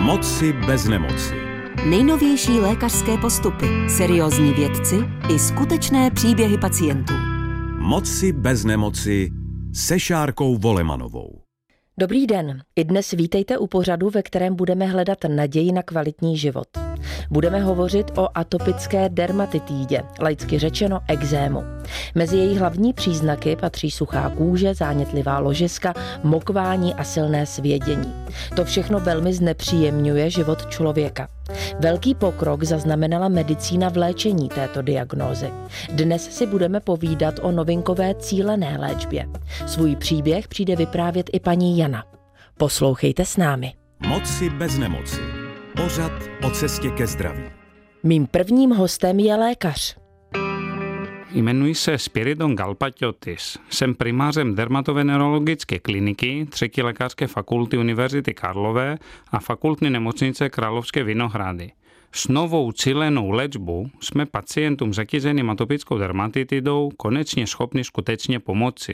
Moci bez nemoci. Nejnovější lékařské postupy, seriózní vědci i skutečné příběhy pacientů. Moci bez nemoci se Šárkou Volemanovou. Dobrý den. I dnes vítejte u pořadu, ve kterém budeme hledat naději na kvalitní život. Budeme hovořit o atopické dermatitidě, laicky řečeno ekzému. Mezi její hlavní příznaky patří suchá kůže, zánětlivá ložiska, mokvání a silné svědění. To všechno velmi znepříjemňuje život člověka. Velký pokrok zaznamenala medicína v léčení této diagnózy. Dnes si budeme povídat o novinkové cílené léčbě. Svůj příběh přijde vyprávět i paní Jana. Poslouchejte s námi. Moci bez nemoci. Pořad o cestě ke zdraví. Mým prvním hostem je lékař. Jmenuji se Spiridon Galpatiotis. Jsem primářem dermatovenerologické kliniky 3. lékařské fakulty Univerzity Karlové a fakultní nemocnice Královské Vinohrady. S novou cílenou léčbou jsme pacientům s zakyzeným atopickou dermatitidou konečně schopni skutečně pomoci.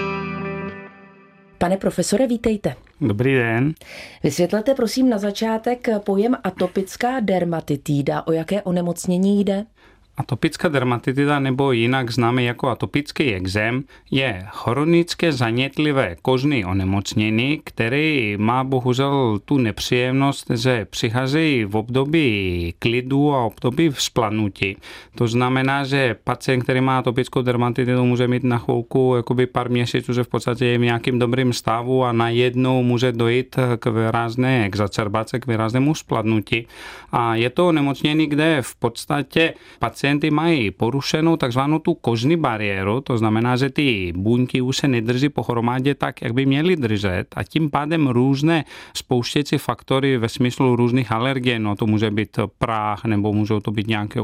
Pane profesore, vítejte. Dobrý den. Vysvětlete prosím na začátek pojem atopická dermatitida. O jaké onemocnění jde? Atopická dermatitida, nebo jinak známe jako atopický ekzém, je chronické zanětlivé kožní onemocnění, které má bohužel tu nepříjemnost, že přicházejí v období klidu a období vzplanutí. To znamená, že pacient, který má atopickou dermatitidu, může mít na chvilku pár měsíců, že v podstatě je v nějakým dobrým stavu a najednou může dojít k výrazné exacerbaci, k výraznému vzplanutí. A je to onemocnění, kde v podstatě pacienti mají porušenou takzvanou tu kožní bariéru, to znamená, že ty buňky už se nedrží pohromadě tak, jak by měly držet, a tím pádem různé spouštěcí faktory ve smyslu různých alergenů, to může být prach, nebo můžou to být nějaké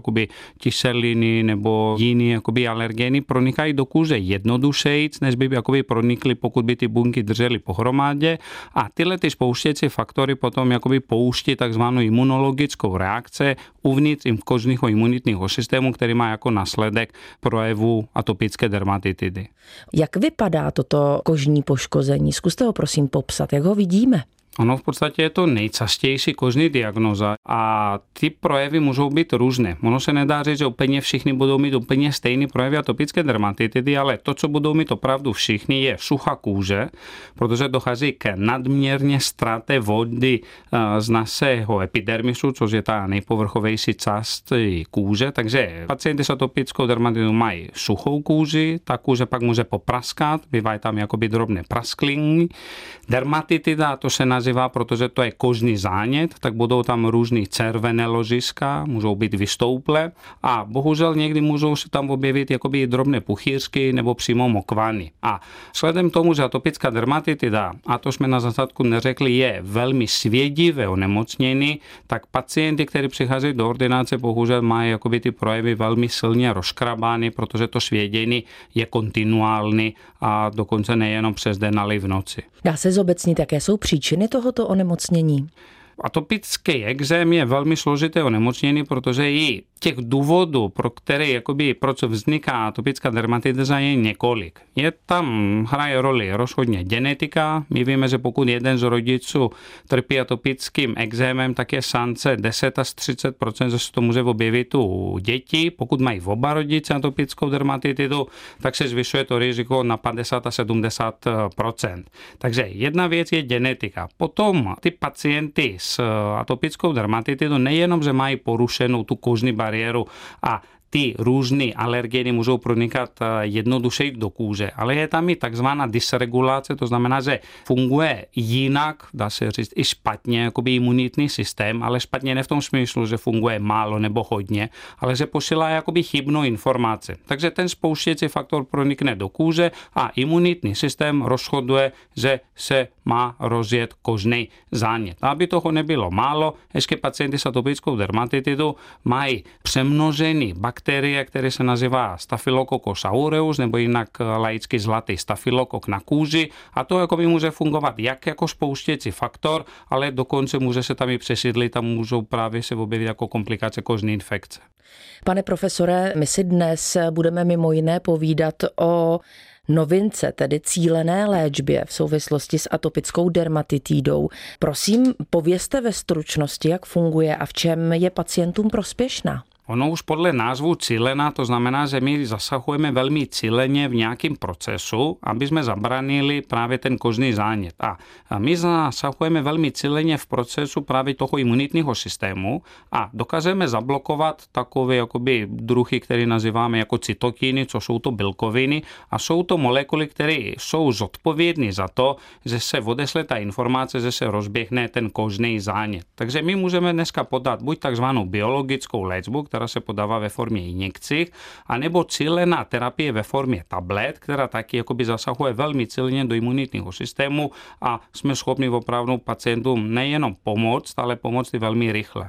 kyseliny nebo jiné alergeny, pronikají do kůže jednodušeji, než by pronikly, pokud by ty buňky držely pohromadě, a tyhle ty spouštěcí faktory potom pouští takzvanou imunologickou reakci uvnitř kožního imunitního systému, který má jako následek projevu atopické dermatitidy. Jak vypadá toto kožní poškození? Zkuste ho prosím popsat, jak ho vidíme. Ono v podstatě je to nejčastější kožní diagnóza a ty projevy můžou být různé. Ono se nedá říct, že úplně všichni budou mít úplně stejný projevy atopické dermatitidy, ale to, co budou mít opravdu všichni, je suchá kůže, protože dochází k nadměrně ztráře vody z našeho epidermisu, což je ta nejpovrchovější část kůže. Takže pacienti s atopickou dermatitidou mají suchou kůži, ta kůže pak může popraskat, bývají tam drobné praskliny. Dermatitida, to se nazývá, protože to je kožní zánět, tak budou tam různý červené ložiska, můžou být vystouplé a bohužel někdy můžou se tam objevit drobné puchýřky nebo přímo mokvany. A vzhledem tomu, že atopická dermatitida, a to jsme na začátku neřekli, je velmi svědivé onemocnění, tak pacienti, kteří přicházejí do ordinace, bohužel mají ty projevy velmi silně rozkrabány, protože to svědění je kontinuální a dokonce nejenom přes den, ale i v noci. Dá se zobecnit, jaké jsou příčiny tohoto onemocnění? Atopický ekzém je velmi složité onemocnění, protože i těch důvodů, pro které proč vzniká atopická dermatitida, je několik. Hraje roli rozhodně genetika. My víme, že pokud jeden z rodičů trpí atopickým ekzémem, tak je šance 10 až 30%, že se to může objevit u dětí. Pokud mají oba rodiče atopickou dermatitidu, tak se zvyšuje to riziko na 50 až 70%. Takže jedna věc je genetika. Potom ty pacienti s atopickou dermatitidou nejenom, že mají porušenou tu kožní bariéru a ty různé alergeny můžou pronikat jednodušeji do kůže, ale je tam i takzvaná dysregulace, to znamená, že funguje jinak, dá se říct i špatně, imunitní systém, ale špatně ne v tom smyslu, že funguje málo nebo hodně, ale že posílá chybnou informaci. Takže ten spouštěcí faktor pronikne do kůže a imunitní systém rozhoduje, že se má rozjet kožní zánět. A aby toho nebylo málo, ještě pacienti s atopickou dermatitidou mají přemnožený bakterie, které se nazývá Staphylococcus aureus, nebo jinak laicky zlatý stafilokok na kůži, a to může fungovat jak jako spouštěcí faktor, ale dokonce může se tam i přesídlit a můžou právě se objevit jako komplikace kožní infekce. Pane profesore, my si dnes budeme mimo jiné povídat o novince, tedy cílené léčbě v souvislosti s atopickou dermatitidou. Prosím, povězte ve stručnosti, jak funguje a v čem je pacientům prospěšná. Ono už podle názvu cílená, to znamená, že my zasahujeme velmi cíleně v nějakém procesu, aby jsme zabránili právě ten kožný zánět. A my zasahujeme velmi cíleně v procesu právě toho imunitního systému a dokážeme zablokovat takové jakoby druhy, které nazýváme jako cytokiny, co jsou to bílkoviny a jsou to molekuly, které jsou zodpovědné za to, že se odešle ta informace, že se rozběhne ten kožný zánět. Takže my můžeme dneska podat buď takzvanou biologickou léčbu, která se podává ve formě injekcí, anebo cílená terapie ve formě tablet, která taky jakoby zasahuje velmi cíleně do imunitního systému a jsme schopni opravdu pacientům nejenom pomoct, ale pomoct i velmi rychle.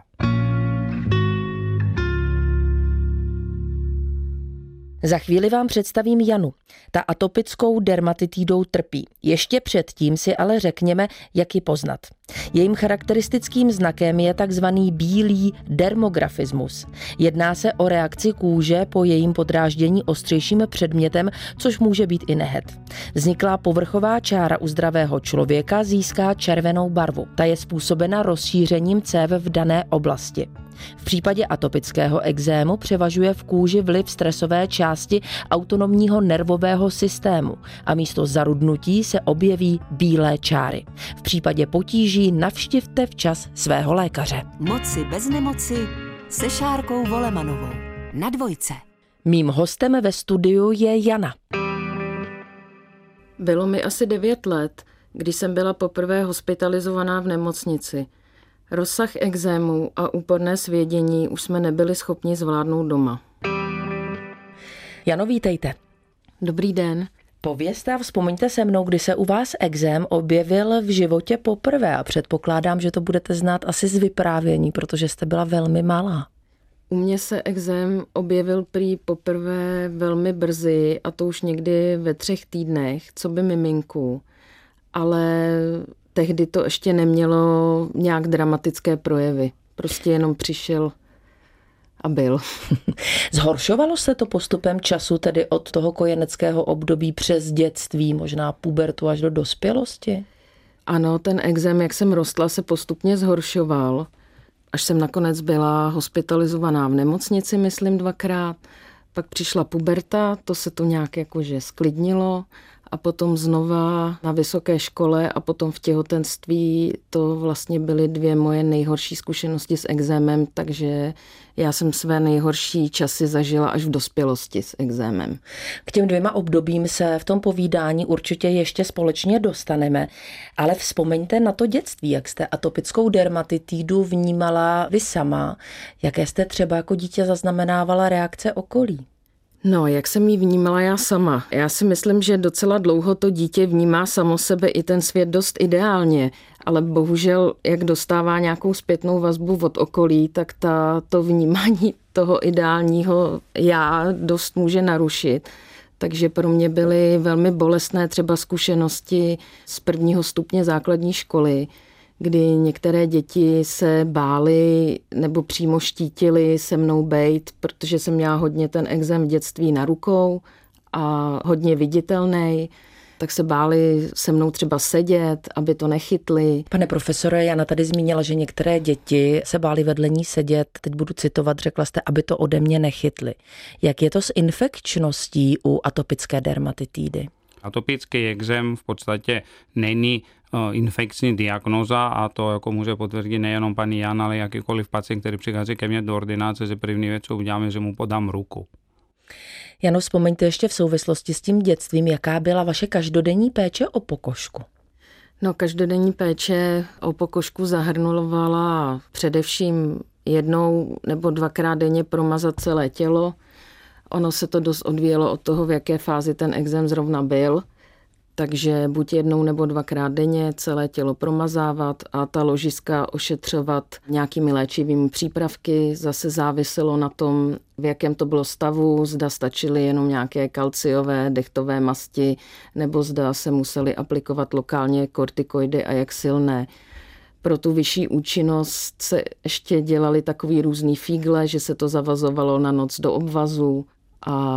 Za chvíli vám představím Janu. Ta atopickou dermatitidou trpí. Ještě předtím si ale řekněme, jak ji poznat. Jejím charakteristickým znakem je takzvaný bílý dermografismus. Jedná se o reakci kůže po jejím podráždění ostřejším předmětem, což může být i nehet. Vzniklá povrchová čára u zdravého člověka získá červenou barvu. Ta je způsobena rozšířením cév v dané oblasti. V případě atopického ekzému převažuje v kůži vliv stresové části autonomního nervového systému a místo zarudnutí se objeví bílé čáry. V případě potíží navštivte včas svého lékaře. Moci bez nemoci se Šárkou Volemanovou na Dvojce. Mým hostem ve studiu je Jana. Bylo mi asi 9 let, když jsem byla poprvé hospitalizovaná v nemocnici. Rozsah ekzému a úporné svědění už jsme nebyli schopni zvládnout doma. Jano, vítejte. Dobrý den. Povězte a vzpomeňte se mnou, kdy se u vás ekzém objevil v životě poprvé a předpokládám, že to budete znát asi z vyprávění, protože jste byla velmi malá. U mě se ekzém objevil prý poprvé velmi brzy a to už někdy ve 3 týdnech, co by miminku, ale tehdy to ještě nemělo nějak dramatické projevy. Prostě jenom přišel a byl. Zhoršovalo se to postupem času, tedy od toho kojeneckého období přes dětství, možná pubertu až do dospělosti? Ano, ten ekzém, jak jsem rostla, se postupně zhoršoval. Až jsem nakonec byla hospitalizovaná v nemocnici, myslím 2krát. Pak přišla puberta, to se to nějak jakože sklidnilo. A potom znova na vysoké škole a potom v těhotenství to vlastně byly 2 moje nejhorší zkušenosti s ekzémem, takže já jsem své nejhorší časy zažila až v dospělosti s ekzémem. K těm 2 obdobím se v tom povídání určitě ještě společně dostaneme, ale vzpomeňte na to dětství, jak jste atopickou dermatitidu vnímala vy sama, jaké jste třeba jako dítě zaznamenávala reakce okolí. No, jak jsem ji vnímala já sama. Já si myslím, že docela dlouho to dítě vnímá samo sebe i ten svět dost ideálně, ale bohužel, jak dostává nějakou zpětnou vazbu od okolí, tak to vnímání toho ideálního já dost může narušit. Takže pro mě byly velmi bolestné třeba zkušenosti z 1. stupně základní školy, kdy některé děti se bály nebo přímo štítily se mnou bejt, protože jsem měla hodně ten ekzém v dětství na rukou a hodně viditelný, tak se báli se mnou třeba sedět, aby to nechytli. Pane profesore, Jana tady zmínila, že některé děti se bály vedle ní sedět. Teď budu citovat, řekla jste, aby to ode mě nechytli. Jak je to s infekčností u atopické dermatitidy? Atopický ekzém v podstatě není infekční diagnóza a to jako může potvrdit nejenom paní Jana, ale jakýkoliv pacient, který přichází ke mně do ordinace, že první věc, co uděláme, že mu podám ruku. Jano, vzpomeňte ještě v souvislosti s tím dětstvím, jaká byla vaše každodenní péče o pokožku? No, každodenní péče o pokožku zahrnovala především 1 nebo 2krát denně promazat celé tělo. Ono se to dost odvíjelo od toho, v jaké fázi ten ekzém zrovna byl. Takže buď 1 nebo 2krát denně celé tělo promazávat a ta ložiska ošetřovat nějakými léčivými přípravky. Zase záviselo na tom, v jakém to bylo stavu, zda stačily jenom nějaké kalciové, dechtové masti, nebo zda se museli aplikovat lokálně kortikoidy a jak silné. Pro tu vyšší účinnost se ještě dělali takový různý fígle, že se to zavazovalo na noc do obvazu a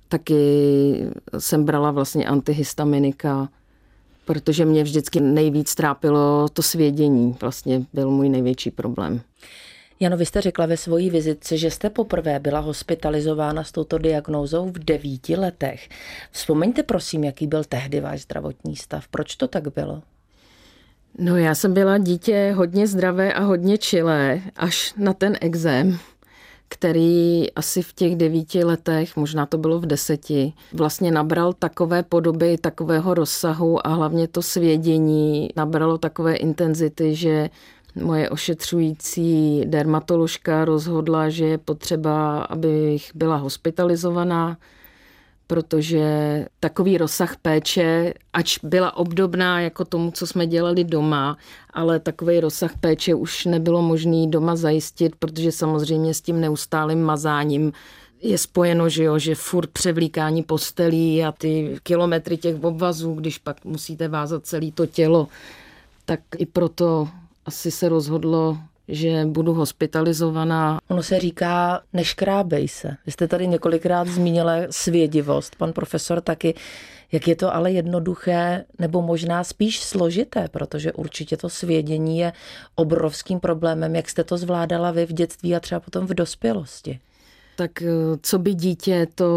Taky jsem brala vlastně antihistaminika, protože mě vždycky nejvíc trápilo to svědění. Vlastně byl můj největší problém. Jano, vy jste řekla ve svojí vizitce, že jste poprvé byla hospitalizována s touto diagnózou v 9 letech. Vzpomeňte prosím, jaký byl tehdy váš zdravotní stav. Proč to tak bylo? No, já jsem byla dítě hodně zdravé a hodně čilé, až na ten ekzém, který asi v těch 9 letech, možná to bylo v 10, vlastně nabral takové podoby, takového rozsahu a hlavně to svědění nabralo takové intenzity, že moje ošetřující dermatoložka rozhodla, že je potřeba, abych byla hospitalizovaná, protože takový rozsah péče, ač byla obdobná jako tomu, co jsme dělali doma, ale takový rozsah péče už nebylo možné doma zajistit, protože samozřejmě s tím neustálým mazáním je spojeno, že furt převlíkání postelí a ty kilometry těch obvazů, když pak musíte vázat celé to tělo, tak i proto asi se rozhodlo, že budu hospitalizovaná. Ono se říká, neškrábej se. Vy jste tady několikrát zmínila svědivost, pan profesor taky. Jak je to ale jednoduché, nebo možná spíš složité, protože určitě to svědění je obrovským problémem. Jak jste to zvládala vy v dětství a třeba potom v dospělosti? Tak co by dítě, to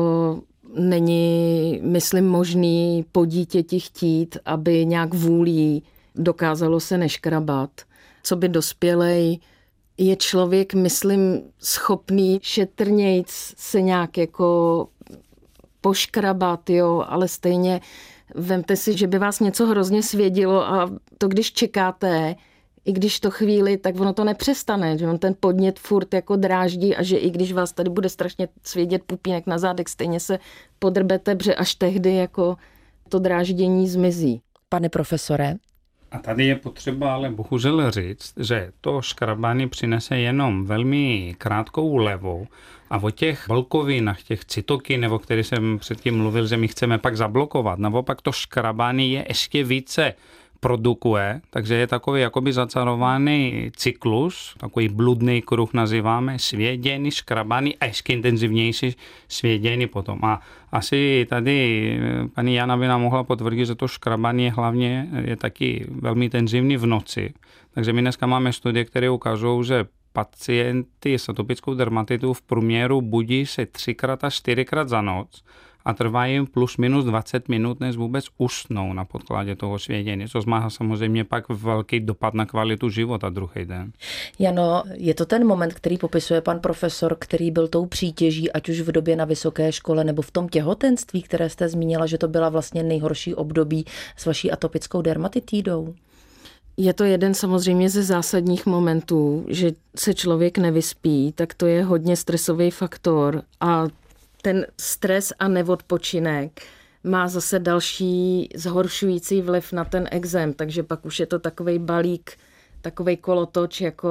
není, myslím, možný po dítěti chtít, aby nějak vůlí dokázalo se neškrabat. Co by dospělej, je člověk, myslím, schopný šetrnějc se nějak jako poškrabat, jo, ale stejně vemte si, že by vás něco hrozně svědilo a to, když čekáte, i když to chvíli, tak ono to nepřestane, že on ten podnět furt jako dráždí a že i když vás tady bude strašně svědět pupínek na zádech, stejně se podrbete, protože až tehdy jako to dráždění zmizí. Pane profesore? A tady je potřeba ale bohužel říct, že to škrabání přinese jenom velmi krátkou úlevu a o těch bílkovinách, těch cytokin, o kterých jsem předtím mluvil, že my chceme pak zablokovat. Naopak to škrabání je ještě více produkuje, takže je takový jakoby zacarovaný cyklus, takový bludný kruh nazýváme, svědění, škrabání a ještě intenzivnější svědění potom. A asi tady paní Jana by nám mohla potvrdit, že to škrabání hlavně je taky velmi intenzivní v noci. Takže my dneska máme studie, které ukazují, že pacienty s atopickou dermatitou v průměru budí se 3x a 4x za noc a trvá jim plus minus 20 minut, než vůbec usnou na podkladě toho svědění, což má samozřejmě pak velký dopad na kvalitu života druhý den. Jano, je to ten moment, který popisuje pan profesor, který byl tou přítěží, ať už v době na vysoké škole nebo v tom těhotenství, které jste zmínila, že to byla vlastně nejhorší období s vaší atopickou dermatitidou? Je to jeden samozřejmě ze zásadních momentů, že se člověk nevyspí, tak to je hodně stresový faktor a ten stres a neodpočinek má zase další zhoršující vliv na ten ekzém, takže pak už je to takovej balík, takovej kolotoč jako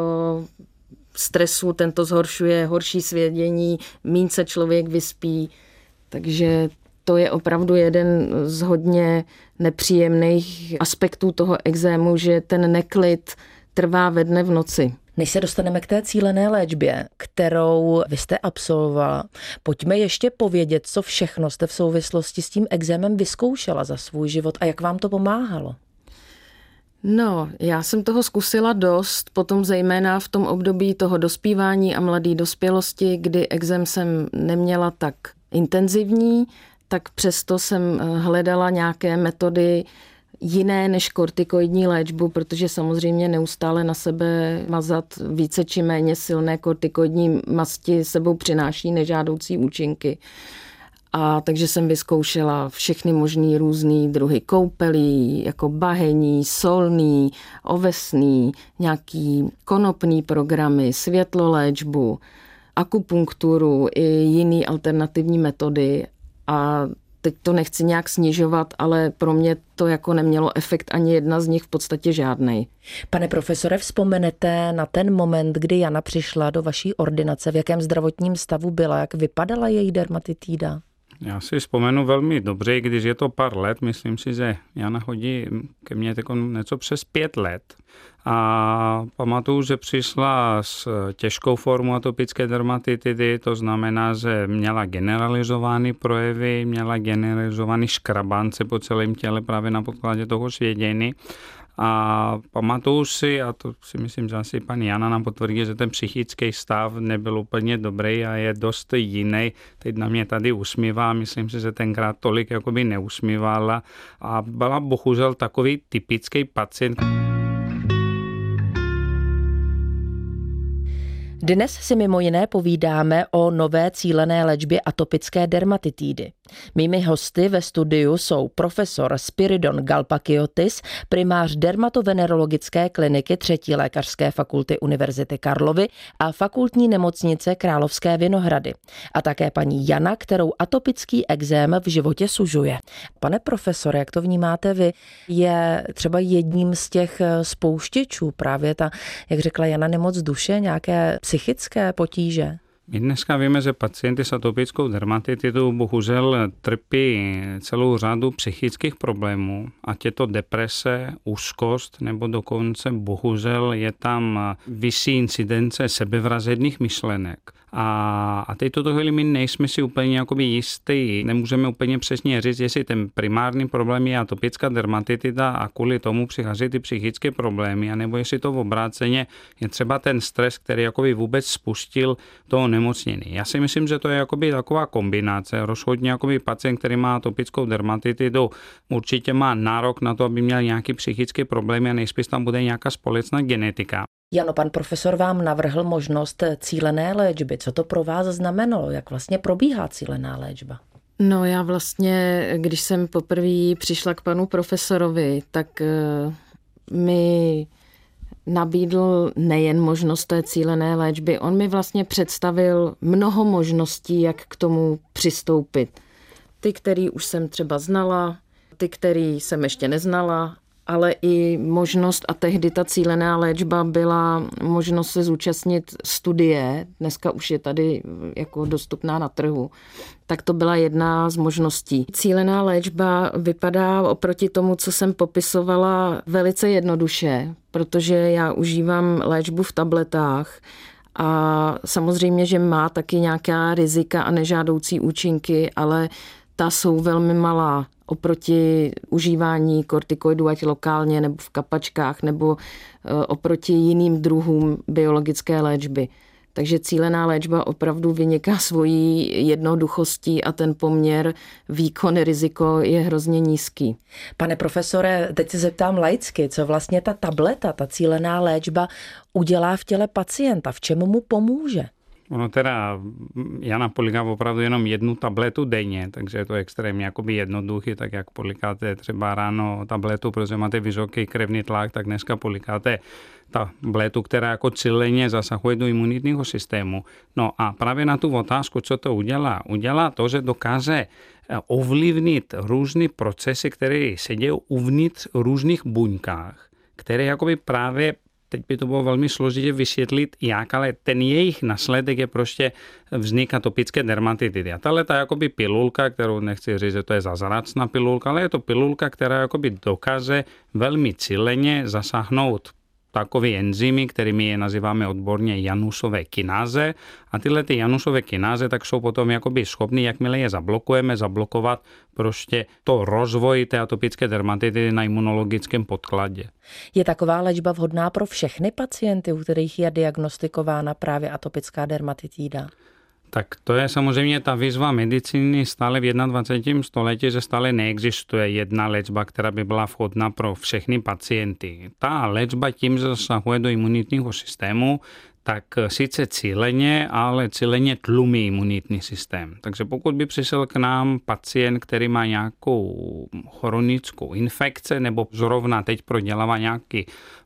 stresu, tento zhoršuje horší svědění, míň se člověk vyspí, takže to je opravdu jeden z hodně nepříjemných aspektů toho ekzému, že ten neklid trvá ve dne v noci. Než se dostaneme k té cílené léčbě, kterou vy jste absolvovala, pojďme ještě povědět, co všechno jste v souvislosti s tím ekzémem vyzkoušela za svůj život a jak vám to pomáhalo. No, já jsem toho zkusila dost, potom zejména v tom období toho dospívání a mladé dospělosti, kdy ekzém jsem neměla tak intenzivní, tak přesto jsem hledala nějaké metody jiné než kortikoidní léčbu, protože samozřejmě neustále na sebe mazat více či méně silné kortikoidní masti sebou přináší nežádoucí účinky. A takže jsem vyzkoušela všechny možný různý druhy koupelí, jako bahení, solný, ovesný, nějaký konopný programy, světloléčbu, akupunkturu i jiný alternativní metody. A teď to nechci nějak snižovat, ale pro mě to jako nemělo efekt ani jedna z nich, v podstatě žádnej. Pane profesore, vzpomenete na ten moment, kdy Jana přišla do vaší ordinace, v jakém zdravotním stavu byla, jak vypadala její dermatitída? Já si vzpomenu velmi dobře, když je to pár let, myslím si, že Jana chodí ke mně něco přes 5 let. A pamatuju, že přišla s těžkou formou atopické dermatitidy, to znamená, že měla generalizované projevy, měla generalizované škrabance po celém těle právě na podkladě toho svědění. A pamatuju si, a to si myslím, že asi paní Jana nám potvrdí, že ten psychický stav nebyl úplně dobrý a je dost jiný. Teď na mě tady usmívá, myslím si, že tenkrát tolik jakoby neusmívala a byla bohužel takový typický pacient. Dnes si mimo jiné povídáme o nové cílené léčbě atopické dermatitidy. Mými hosty ve studiu jsou profesor Spiridon Galpakiotis, primář dermatovenerologické kliniky 3. lékařské fakulty Univerzity Karlovy a fakultní nemocnice Královské Vinohrady. A také paní Jana, kterou atopický ekzém v životě sužuje. Pane profesore, jak to vnímáte vy, je třeba jedním z těch spouštěčů právě ta, jak řekla Jana, nemoc duše, nějaké psychické potíže? My dneska víme, že pacienti s atopickou dermatitidou bohužel trpí celou řadu psychických problémů, ať je to deprese, úzkost, nebo dokonce bohužel je tam vyšší incidence sebevražedných myšlenek. A teď tuto chvíli my nejsme si úplně jakoby jistý, nemůžeme úplně přesně říct, jestli ten primární problém je atopická dermatitida a kvůli tomu přichází ty psychické problémy, anebo jestli to v obráceně je třeba ten stres, který jakoby vůbec spustil to onemocnění. Já si myslím, že to je jakoby taková kombinace. Rozhodně jakoby pacient, který má atopickou dermatitidu, určitě má nárok na to, aby měl nějaké psychické problémy a nejspíš tam bude nějaká společná genetika. Jano, pan profesor vám navrhl možnost cílené léčby. Co to pro vás znamenalo? Jak vlastně probíhá cílená léčba? No já vlastně, když jsem poprvé přišla k panu profesorovi, tak mi nabídl nejen možnost té cílené léčby, on mi vlastně představil mnoho možností, jak k tomu přistoupit. Ty, který už jsem třeba znala, ty, který jsem ještě neznala, ale i možnost, a tehdy ta cílená léčba byla možnost se zúčastnit studie, dneska už je tady jako dostupná na trhu, tak to byla jedna z možností. Cílená léčba vypadá oproti tomu, co jsem popisovala, velice jednoduše, protože já užívám léčbu v tabletách a samozřejmě, že má taky nějaká rizika a nežádoucí účinky, ale ta jsou velmi malá oproti užívání kortikoidů, ať lokálně nebo v kapačkách, nebo oproti jiným druhům biologické léčby. Takže cílená léčba opravdu vyniká svojí jednoduchostí a ten poměr výkon-riziko je hrozně nízký. Pane profesore, teď se zeptám laicky, co vlastně ta tableta, ta cílená léčba udělá v těle pacienta, v čem mu pomůže? Ono teda, já napolikám opravdu jenom 1 tabletu denně, takže je to extrémně jakoby jednoduchý, tak jak polikáte třeba ráno tabletu, protože máte vysoký krevní tlak, tak dneska polikáte tabletu, která jako cíleně zasahuje do imunitního systému. No a právě na tu otázku, co to udělá? Udělá to, že dokáže ovlivnit různé procesy, které se dějí uvnitř různých buňkách, které jakoby právě teď by to bylo velmi složitě vysvětlit, jak, ale ten jejich následek je prostě vznik atopické dermatitidy. A tahle ta jakoby pilulka, kterou nechci říct, že to je zázračná pilulka, ale je to pilulka, která jakoby dokáže velmi cíleně zasáhnout takové enzymy, kterými je nazýváme odborně Janusové kináze. A tyhle ty Janusové kináze tak jsou potom jakoby schopný, jakmile je zablokujeme, zablokovat prostě to rozvoj té atopické dermatitidy na imunologickém podkladě. Je taková léčba vhodná pro všechny pacienty, u kterých je diagnostikována právě atopická dermatitida? Tak to je samozřejmě ta výzva medicíny stále v 21. století, že stále neexistuje jedna léčba, která by byla vhodná pro všechny pacienty. Ta léčba tím, že zasahuje do imunitního systému, tak sice cíleně, ale cíleně tlumí imunitní systém. Takže pokud by přišel k nám pacient, který má nějakou chronickou infekci nebo zrovna teď prodělává nějaký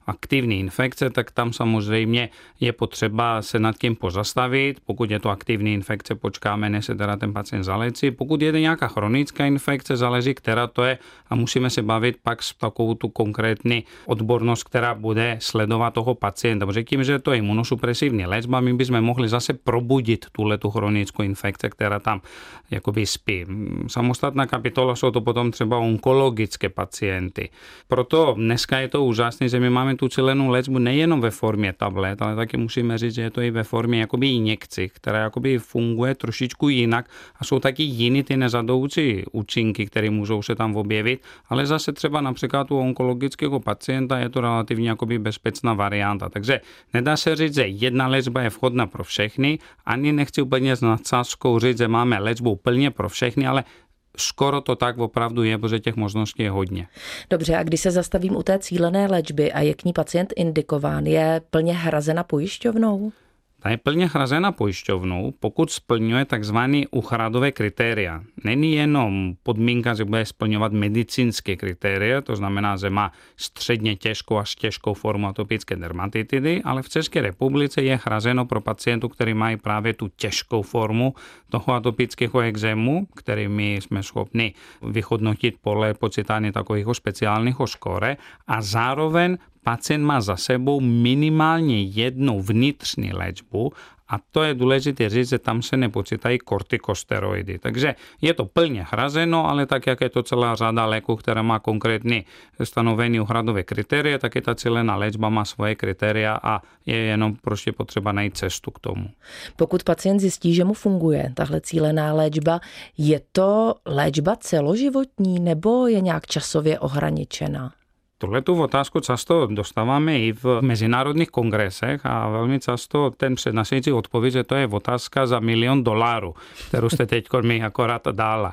aktivní infekce, tak tam samozřejmě je potřeba se nad tím pozastavit. Pokud je to aktivní infekce, počkáme, než se teda ten pacient zaléčí. Pokud je to nějaká chronická infekce, záleží, která to je a musíme se bavit pak s takovou tu konkrétní odbornost, která bude sledovat toho pacienta. Protože tím, že to je imunosupresivní léčba, my bychom mohli zase probudit tu chronickou infekci, která tam jakoby spí. Samostatná kapitola jsou to potom třeba onkologické pacienty. Proto dneska je to úžasné, že my máme tu cílenou léčbu nejenom ve formě tablet, ale taky musíme říct, že je to i ve formě jakoby injekcí, která jakoby funguje trošičku jinak a jsou taky jiný ty nezadoucí účinky, které můžou se tam objevit, ale zase třeba například u onkologického pacienta je to relativně jakoby bezpečná varianta. Takže nedá se říct, že jedna léčba je vhodná pro všechny, ani nechci úplně s nadsázkou říct, že máme léčbu úplně pro všechny, ale skoro to tak opravdu je, protože těch možností je hodně. Dobře, a když se zastavím u té cílené léčby a je k ní pacient indikován, je plně hrazena pojišťovnou? Ta je plně hrazena pojišťovnou, pokud splňuje takzvané úhradové kritéria. Není jenom podmínka, že bude splňovat medicínské kritéria, to znamená, že má středně těžkou až těžkou formu atopické dermatitidy, ale v České republice je hrazeno pro pacientů, kteří mají právě tu těžkou formu toho atopického ekzému, který my jsme schopni vyhodnotit podle počítání takových speciálních skóre a zároveň pacient má za sebou minimálně jednu vnitřní léčbu a to je důležité říct, že tam se nepočítají kortikosteroidy. Takže je to plně hrazeno, ale tak, jak je to celá řada léků, která má konkrétní stanovený úhradové kritéria, tak i ta cílená léčba má svoje kritéria a je jenom prostě potřeba najít cestu k tomu. Pokud pacient zjistí, že mu funguje tahle cílená léčba, je to léčba celoživotní nebo je nějak časově ohraničená? Tuhletu otázku často dostáváme i v mezinárodních kongresech a velmi často ten přednášející odpověď, že to je otázka za $1 milion, kterou jste teď mi akorát dala.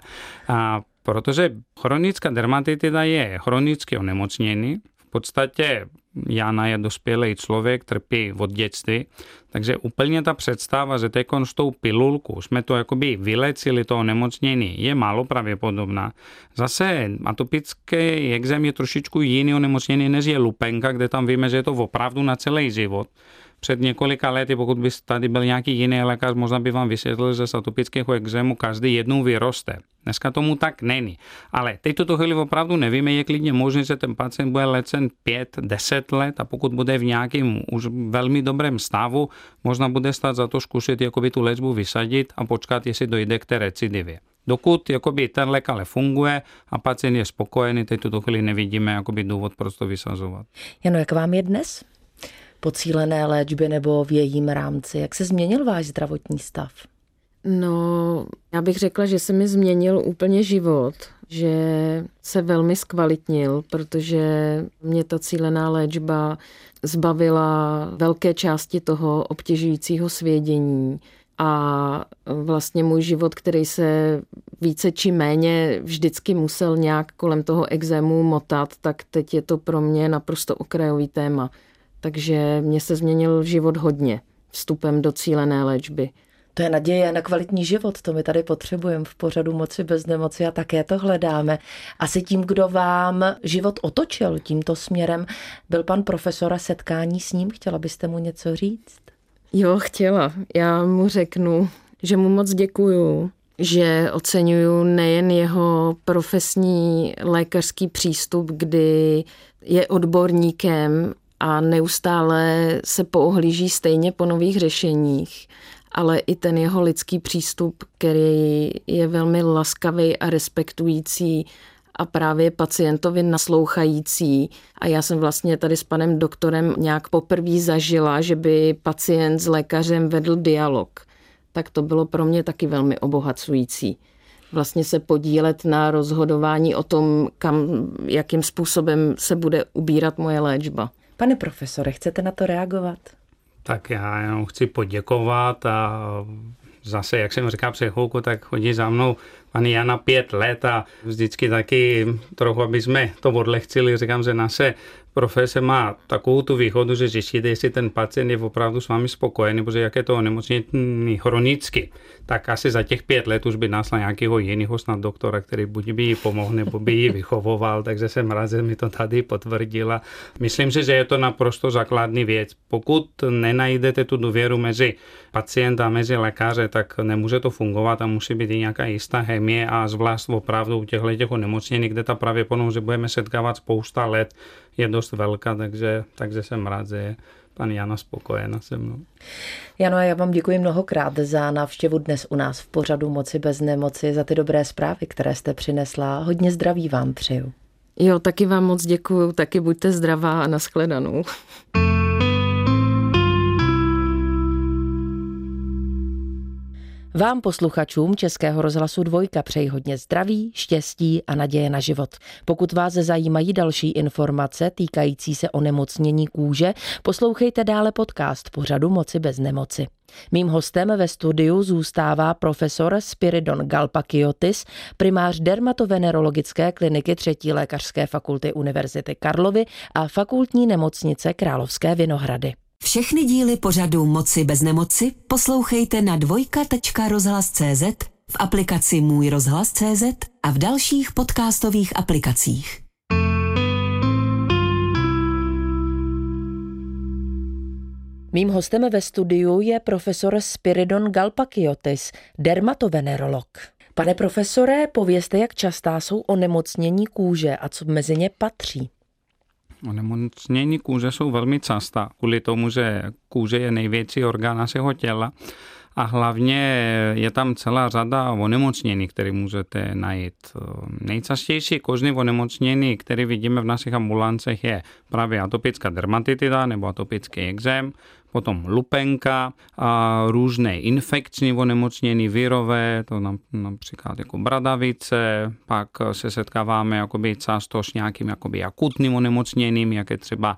A protože chronická dermatitida je chronické onemocnění, v podstatě Jana je dospělý člověk, trpí od dětství, takže úplně ta představa, že teď s tou pilulku jsme to jakoby vylečili to onemocnění, je málo pravděpodobná. Zase atopický ekzém je trošičku jiný onemocnění, než je lupenka, kde tam víme, že je to opravdu na celý život. Před několika lety, pokud by tady byl nějaký jiný lékař, možná by vám vysvětlil, že z atopického ekzému každý jednou vyroste. Dneska tomu tak není. Ale teď tuto chvíli opravdu nevíme, je klidně možné, že ten pacient bude léčen 5-10 let a pokud bude v nějakém už velmi dobrém stavu, možná bude stát za to zkusit jakoby tu léčbu vysadit a počkat, jestli dojde k té recidivě. Dokud jakoby ten lék ale funguje a pacient je spokojený, teď tuto chvíli nevidíme jakoby důvod, proč to vysazovat. Jano, jak vám je dnes? Po cílené léčbě nebo v jejím rámci? Jak se změnil váš zdravotní stav? No, já bych řekla, že se mi změnil úplně život, že se velmi zkvalitnil, protože mě ta cílená léčba zbavila velké části toho obtěžujícího svědění a vlastně můj život, který se více či méně vždycky musel nějak kolem toho ekzému motat, tak teď je to pro mě naprosto okrajový téma. Takže mně se změnil život hodně vstupem do cílené léčby. To je naděje na kvalitní život, to my tady potřebujeme v pořadu Moci bez nemoci a také to hledáme. Asi tím, kdo vám život otočil tímto směrem, byl pan profesor a setkání s ním. Chtěla byste mu něco říct? Jo, chtěla. Já mu řeknu, že mu moc děkuju, že oceňuju nejen jeho profesní lékařský přístup, kdy je odborníkem a neustále se poohlíží stejně po nových řešeních, ale i ten jeho lidský přístup, který je velmi laskavý a respektující a právě pacientovi naslouchající. A já jsem vlastně tady s panem doktorem nějak poprvé zažila, že by pacient s lékařem vedl dialog. Tak to bylo pro mě taky velmi obohacující. Vlastně se podílet na rozhodování o tom, jakým způsobem se bude ubírat moje léčba. Pane profesore, chcete na to reagovat? Tak já jenom chci poděkovat a zase, jak jsem říkal před chvilku, tak chodí za mnou pani Jana 5 let a vždycky taky trochu, aby jsme to odlehčili, říkám, že naše profese má takovou tu výhodu, že řešíte, jestli ten pacient je opravdu s vámi spokojený, protože jak je to onemocnění chronicky, tak asi za těch 5 let už by našla nějakého jiného snad doktora, který buď by jí pomohl, nebo by ji vychovoval, takže jsem rád, že mi to tady potvrdila. Myslím si, že je to naprosto základní věc. Pokud nenajdete tu důvěru mezi pacientem a mezi lékaře, tak nemůže to fungovat a musí být i nějaká jistá chemie a zvlášť opravdu u těchto onemocnění, kde ta pravděpodobnost, že budeme setkávat spousta let, je dost velká, takže jsem rád, že je pan Jana spokojená se mnou. Jano, já vám děkuji mnohokrát za návštěvu dnes u nás v pořadu Moci bez nemoci, za ty dobré zprávy, které jste přinesla. Hodně zdraví vám přeju. Jo, taky vám moc děkuju, taky buďte zdravá a nashledanou. Vám posluchačům Českého rozhlasu Dvojka přeji hodně zdraví, štěstí a naděje na život. Pokud vás zajímají další informace týkající se onemocnění kůže, poslouchejte dále podcast pořadu Moci bez nemoci. Mým hostem ve studiu zůstává profesor Spiridon Galpakiotis, primář dermatovenerologické kliniky 3. lékařské fakulty Univerzity Karlovy a fakultní nemocnice Královské Vinohrady. Všechny díly pořadu Moci bez nemoci poslouchejte na dvojka.rozhlas.cz, v aplikaci Můj rozhlas.cz a v dalších podcastových aplikacích. Mým hostem ve studiu je profesor Spiridon Galpakiotis, dermatovenerolog. Pane profesore, povězte, jak častá jsou onemocnění kůže a co mezi ně patří. Onemocnění kůže jsou velmi častá, kvůli tomu, že kůže je největší orgán našeho těla a hlavně je tam celá řada onemocnění, které můžete najít. Nejčastější kožní onemocnění, které vidíme v našich ambulancech, je právě atopická dermatitida nebo atopický ekzém, potom lupenka a různé infekční onemocnění virové, to například jako bradavice, pak se setkáváme jakoby často s nějakým jakoby akutním onemocněním, jak je třeba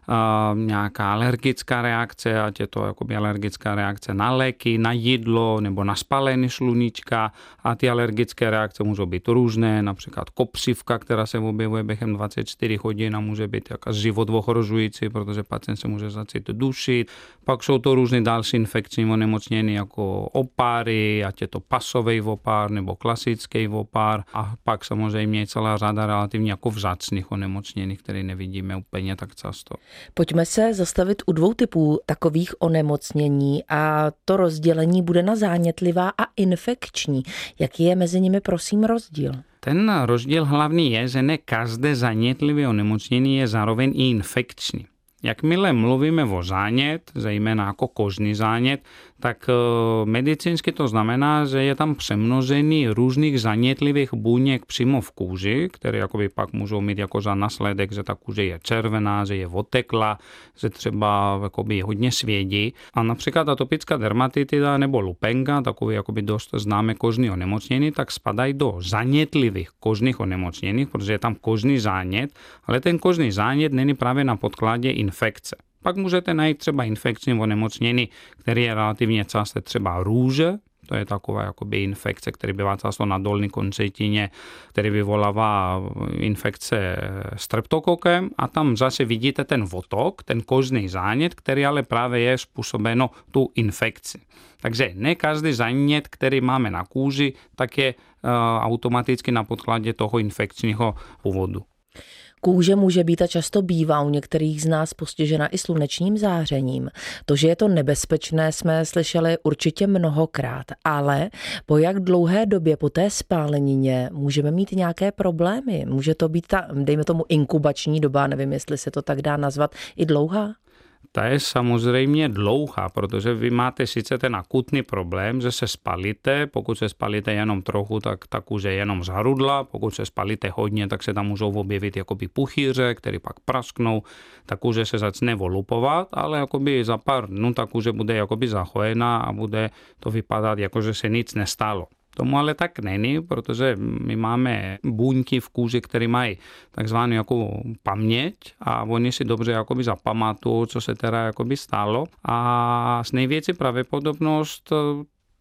nějaká alergická reakce, ať je to jakoby alergická reakce na léky, na jídlo nebo na spálení sluníčka a ty alergické reakce můžou být různé, například kopřivka, která se objevuje během 24 hodin a může být jako život ohrožující, protože pacient se může začít dušit. Pak jsou to různé další infekční onemocnění jako opáry, ať je to pasový opár nebo klasický opár a pak samozřejmě je celá řada relativně jako vzácných onemocnění, které nevidíme úplně tak často. Pojďme se zastavit u 2 typů takových onemocnění a to rozdělení bude na zánětlivá a infekční. Jaký je mezi nimi, prosím, rozdíl? Ten rozdíl hlavní je, že ne každé zánětlivé onemocnění je zároveň i infekční. Jakmile mluvíme o zánět, zejména jako kožní zánět, tak medicínsky to znamená, že je tam přemnožení různých zánětlivých buněk přímo v kůži, které jakoby pak můžou mít jako za následek, že ta kůže je červená, že je otekla, že třeba jakoby hodně svědí. A například atopická dermatitida nebo lupenka, takové jakoby dost známé kožní onemocnění, tak spadají do zánětlivých kožních onemocnění, protože je tam kožní zánět, ale ten kožní zánět není právě na podkladě infekce. Pak můžete najít třeba infekční onemocnění, které je relativně časté třeba růže, to je taková jakoby infekce, která bývá často na dolní končetině, který vyvolává infekce streptokokem a tam zase vidíte ten otok, ten kožní zánět, který ale právě je způsobeno tu infekci. Takže ne každý zánět, který máme na kůži, tak je automaticky na podkladě toho infekčního původu. Kůže může být a často bývá u některých z nás postižena i slunečním zářením. To, že je to nebezpečné, jsme slyšeli určitě mnohokrát, ale po jak dlouhé době po té spálenině můžeme mít nějaké problémy? Může to být ta, dejme tomu, inkubační doba, nevím, jestli se to tak dá nazvat, i dlouhá? Ta je samozřejmě dlouhá, protože vy máte sice ten akutní problém, že se spalíte, pokud se spalíte jenom trochu, tak ta kůže je jenom zharudla, pokud se spalíte hodně, tak se tam můžou objevit jakoby puchýře, které pak prasknou, ta kůže se začne volupovat, ale jakoby za pár dnů ta kůže bude jakoby zachojená a bude to vypadat jako, že se nic nestalo. Tomu ale tak není, protože my máme buňky v kůži, které mají takzvanou jako paměť a oni si dobře jakoby zapamatují, co se teda jakoby stalo a s největší pravděpodobnost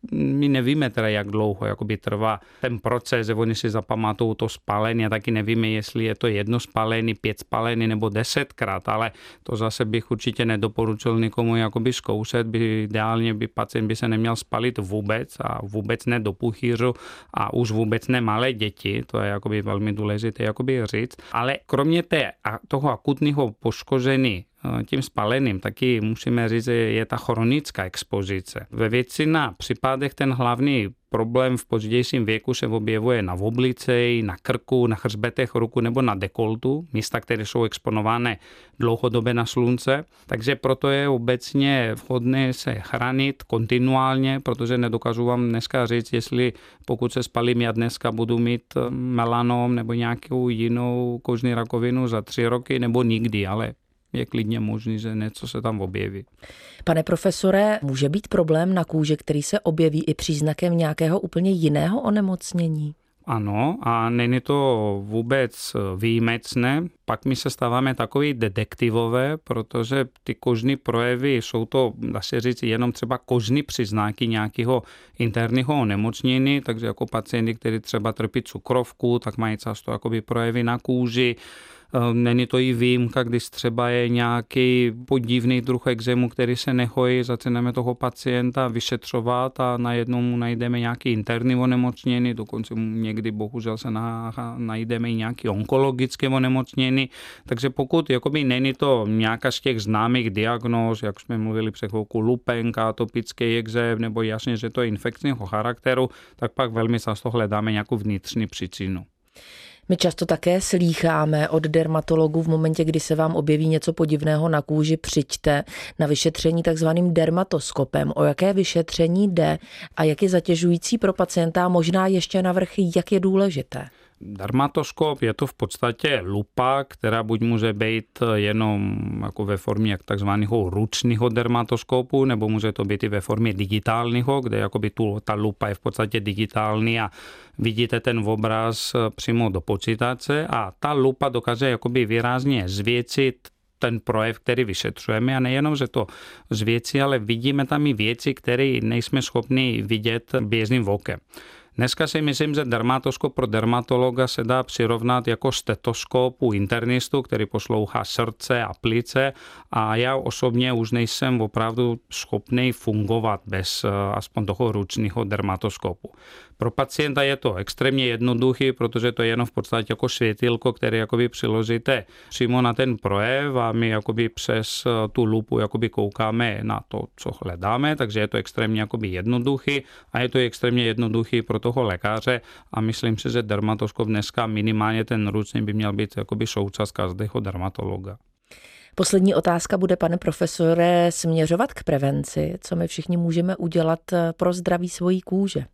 my nevíme teda, jak dlouho jakoby trvá ten proces, že oni si zapamatují to spálení a taky nevíme, jestli je to 1 spálení, 5 spálení nebo 10krát, ale to zase bych určitě nedoporučil nikomu jakoby zkoušet, ideálně by pacient by se neměl spálit vůbec a vůbec ne do puchýřu a už vůbec ne malé děti, to je jakoby velmi důležité jakoby říct, ale kromě toho akutního poškození tím spálením taky musíme říct, že je ta chronická expozice. Ve většina případech ten hlavní problém v pozdějším věku se objevuje na obličeji, na krku, na hřbetech ruku nebo na dekoltu, místa, které jsou exponované dlouhodobě na slunce. Takže proto je obecně vhodné se chránit kontinuálně, protože nedokážu vám dneska říct, jestli pokud se spalím, já dneska budu mít melanom nebo nějakou jinou kožní rakovinu za 3 roky nebo nikdy, ale je klidně možný, že něco se tam objeví. Pane profesore, může být problém na kůži, který se objeví i příznakem nějakého úplně jiného onemocnění? Ano, a není to vůbec výjimečné. Pak my se stáváme takový detektivové, protože ty kožní projevy jsou to, dá se říct, jenom třeba kožní příznaky nějakého interního onemocnění, takže jako pacienti, kteří třeba trpí cukrovku, tak mají často jakoby projevy na kůži. Není to i výjimka, když třeba je nějaký podivný druh ekzému, který se nehojí, začneme toho pacienta vyšetřovat a najednou mu najdeme nějaký interní onemocnění, dokonce někdy bohužel se najdeme i nějaký onkologické onemocnění. Takže pokud jakoby není to nějaká z těch známých diagnóz, jak jsme mluvili před chvilkou, lupenka, atopický ekzém, nebo jasně, že to je infekčního charakteru, tak pak velmi často hledáme nějakou vnitřní příčinu. My často také slýcháme od dermatologů v momentě, kdy se vám objeví něco podivného na kůži, přijďte na vyšetření takzvaným dermatoskopem. O jaké vyšetření jde a jak je zatěžující pro pacienta, možná ještě navrch, jak je důležité? Dermatoskop je to v podstatě lupa, která buď může být jenom jako ve formě takzvaného ručního dermatoskopu, nebo může to být i ve formě digitálního, kde jakoby ta lupa je v podstatě digitální a vidíte ten obraz přímo do počítače a ta lupa dokáže jakoby výrazně zvětšit ten projev, který vyšetřujeme a nejenom, že to zvětší, ale vidíme tam i věci, které nejsme schopni vidět běžným okem. Dneska si myslím, že dermatoskop pro dermatologa se dá přirovnat jako stetoskop u internistu, který poslouchá srdce a plice a já osobně už nejsem opravdu schopný fungovat bez aspoň toho ručního dermatoskopu. Pro pacienta je to extrémně jednoduchý, protože to je jenom v podstatě jako světilko, které jakoby přiložíte přímo na ten projev a my jakoby přes tu lupu jakoby koukáme na to, co hledáme, takže je to extrémně jakoby jednoduchý a je to extrémně jednoduchý pro toho lékaře a myslím si, že dermatoskop dneska minimálně ten ručný by měl být jakoby součást každého dermatologa. Poslední otázka bude, pane profesore, směřovat k prevenci. Co my všichni můžeme udělat pro zdraví svojí kůže?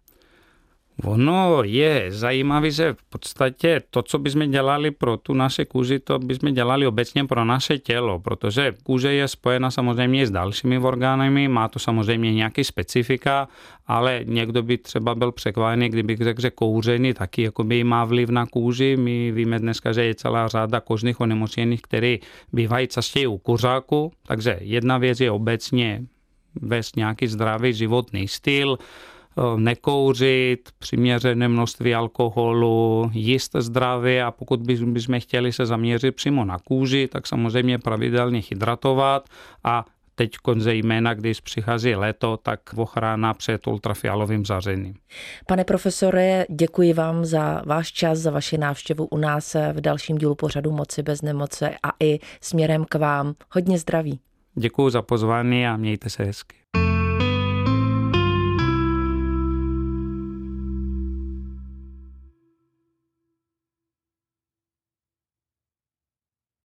Ono je zajímavé, že v podstatě to, co bychom dělali pro tu naše kůži, to bychom dělali obecně pro naše tělo, protože kůže je spojena samozřejmě s dalšími orgány, má to samozřejmě nějaký specifika, ale někdo by třeba byl překvapený, kdybych řekl, že kouření taky jakoby má vliv na kůži. My víme dneska, že je celá řada kožních onemocnění, které bývají častěji u kuřáků, takže jedna věc je obecně vést nějaký zdravý životní styl, nekouřit, přiměřené množství alkoholu, jíst zdravě a pokud bychom chtěli se zaměřit přímo na kůži, tak samozřejmě pravidelně hydratovat a teď zejména, když přichází léto, tak ochrana před ultrafialovým zářením. Pane profesore, děkuji vám za váš čas, za vaši návštěvu u nás v dalším dílu pořadu Moci bez nemoce a i směrem k vám. Hodně zdraví. Děkuji za pozvání a mějte se hezky.